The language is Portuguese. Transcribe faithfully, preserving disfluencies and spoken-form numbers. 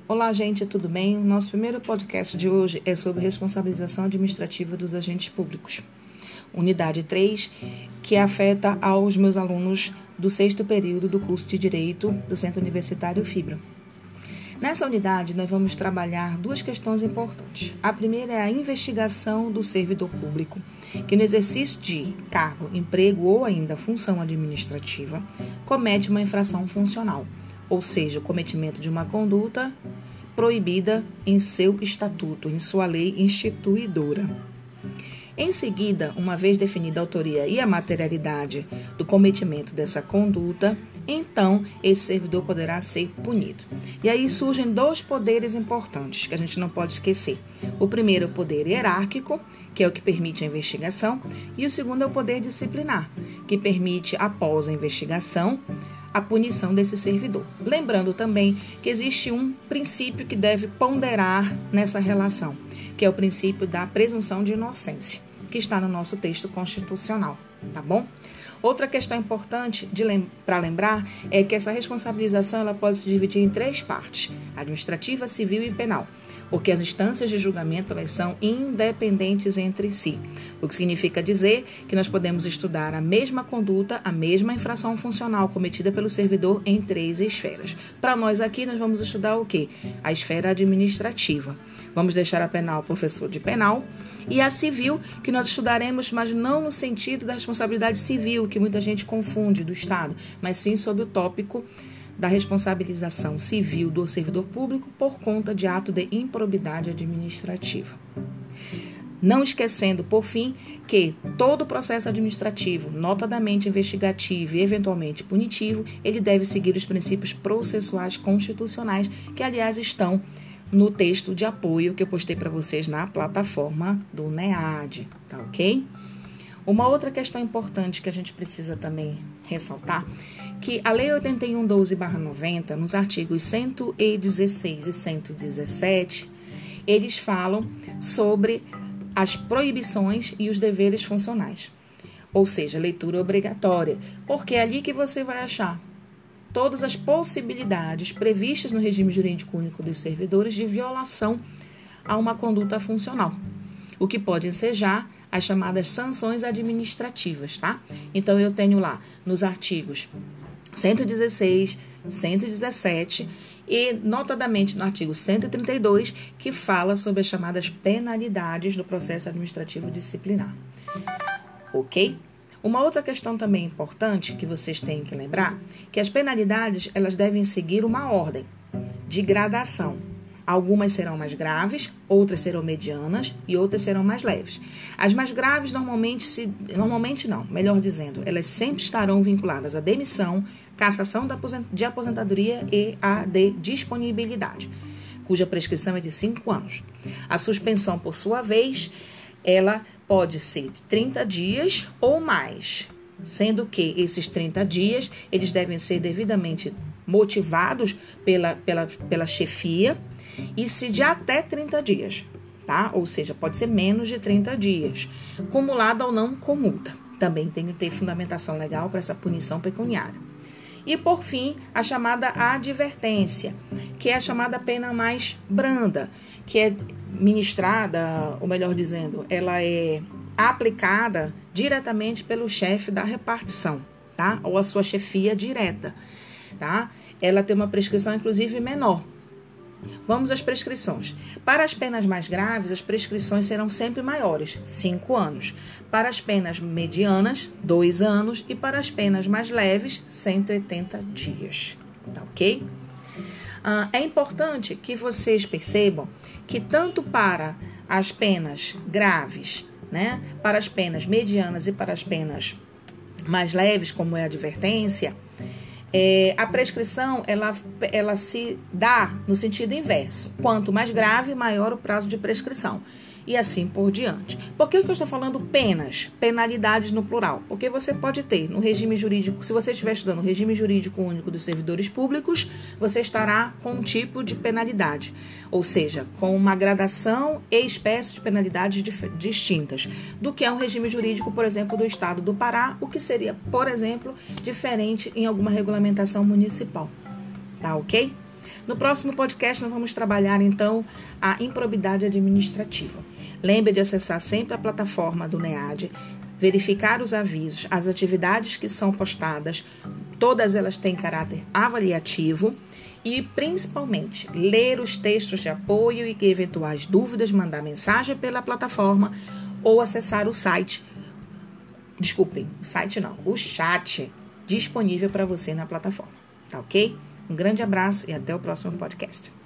Olá, gente, tudo bem? O nosso primeiro podcast de hoje é sobre responsabilização administrativa dos agentes públicos. Unidade três, que afeta aos meus alunos do sexto período do curso de Direito do Centro Universitário Fibra. Nessa unidade, nós vamos trabalhar duas questões importantes. A primeira é a investigação do servidor público, que no exercício de cargo, emprego ou ainda função administrativa, comete uma infração funcional, ou seja, o cometimento de uma conduta proibida em seu estatuto, em sua lei instituidora. Em seguida, uma vez definida a autoria e a materialidade do cometimento dessa conduta, então esse servidor poderá ser punido. E aí surgem dois poderes importantes que a gente não pode esquecer. O primeiro é o poder hierárquico, que é o que permite a investigação, e o segundo é o poder disciplinar, que permite, após a investigação, a punição desse servidor. Lembrando também que existe um princípio que deve ponderar nessa relação, que é o princípio da presunção de inocência, que está no nosso texto constitucional, tá bom? Outra questão importante lem- para lembrar é que essa responsabilização ela pode se dividir em três partes: administrativa, civil e penal, porque as instâncias de julgamento elas são independentes entre si, o que significa dizer que nós podemos estudar a mesma conduta, a mesma infração funcional cometida pelo servidor em três esferas. Para nós aqui, nós vamos estudar o quê? A esfera administrativa. Vamos deixar a penal professor de penal e a civil, que nós estudaremos, mas não no sentido da responsabilidade civil, que muita gente confunde do Estado, mas sim sob o tópico da responsabilização civil do servidor público por conta de ato de improbidade administrativa. Não esquecendo, por fim, que todo o processo administrativo, notadamente investigativo e eventualmente punitivo, ele deve seguir os princípios processuais constitucionais, que aliás estão no texto de apoio que eu postei para vocês na plataforma do NEAD, tá ok? Uma outra questão importante que a gente precisa também ressaltar, que a Lei oitenta e um, doze barra noventa, nos artigos cento e dezesseis e cento e dezessete, eles falam sobre as proibições e os deveres funcionais, ou seja, leitura obrigatória, porque é ali que você vai achar todas as possibilidades previstas no regime jurídico único dos servidores de violação a uma conduta funcional, o que pode ensejar as chamadas sanções administrativas, tá? Então, eu tenho lá nos artigos cento e dezesseis, cento e dezessete e, notadamente, no artigo cento e trinta e dois, que fala sobre as chamadas penalidades do processo administrativo disciplinar. Ok? Uma outra questão também importante que vocês têm que lembrar, que as penalidades elas devem seguir uma ordem de gradação. Algumas serão mais graves, outras serão medianas e outras serão mais leves. As mais graves normalmente, se, normalmente não, melhor dizendo, elas sempre estarão vinculadas à demissão, cassação de aposentadoria e à de disponibilidade, cuja prescrição é de cinco anos. A suspensão, por sua vez, ela pode ser de trinta dias ou mais, sendo que esses trinta dias eles devem ser devidamente motivados pela, pela, pela chefia e se de até trinta dias, tá? Ou seja, pode ser menos de trinta dias, cumulado ou não com multa. Também tem que ter fundamentação legal para essa punição pecuniária. E, por fim, a chamada advertência, que é a chamada pena mais branda, que é ministrada, ou melhor dizendo, ela é aplicada diretamente pelo chefe da repartição, tá? Ou a sua chefia direta, tá? Ela tem uma prescrição, inclusive, menor. Vamos às prescrições. Para as penas mais graves, as prescrições serão sempre maiores, cinco anos. Para as penas medianas, dois anos. E para as penas mais leves, cento e oitenta dias. Tá ok? Ah, é importante que vocês percebam que tanto para as penas graves, né, para as penas medianas e para as penas mais leves, como é a advertência, É, a prescrição, ela, ela se dá no sentido inverso. Quanto mais grave, maior o prazo de prescrição. E assim por diante. Por que eu estou falando penas? Penalidades no plural. Porque você pode ter no regime jurídico, se você estiver estudando o regime jurídico único dos servidores públicos, você estará com um tipo de penalidade. Ou seja, com uma gradação e espécie de penalidades dif- distintas. Do que é um regime jurídico, por exemplo, do Estado do Pará, o que seria, por exemplo, diferente em alguma regulamentação municipal. Tá ok? No próximo podcast, nós vamos trabalhar, então, a improbidade administrativa. Lembre de acessar sempre a plataforma do NEAD, verificar os avisos, as atividades que são postadas, todas elas têm caráter avaliativo e, principalmente, ler os textos de apoio e eventuais dúvidas, mandar mensagem pela plataforma ou acessar o site, desculpem, o site não, o chat disponível para você na plataforma, tá ok? Um grande abraço e até o próximo podcast.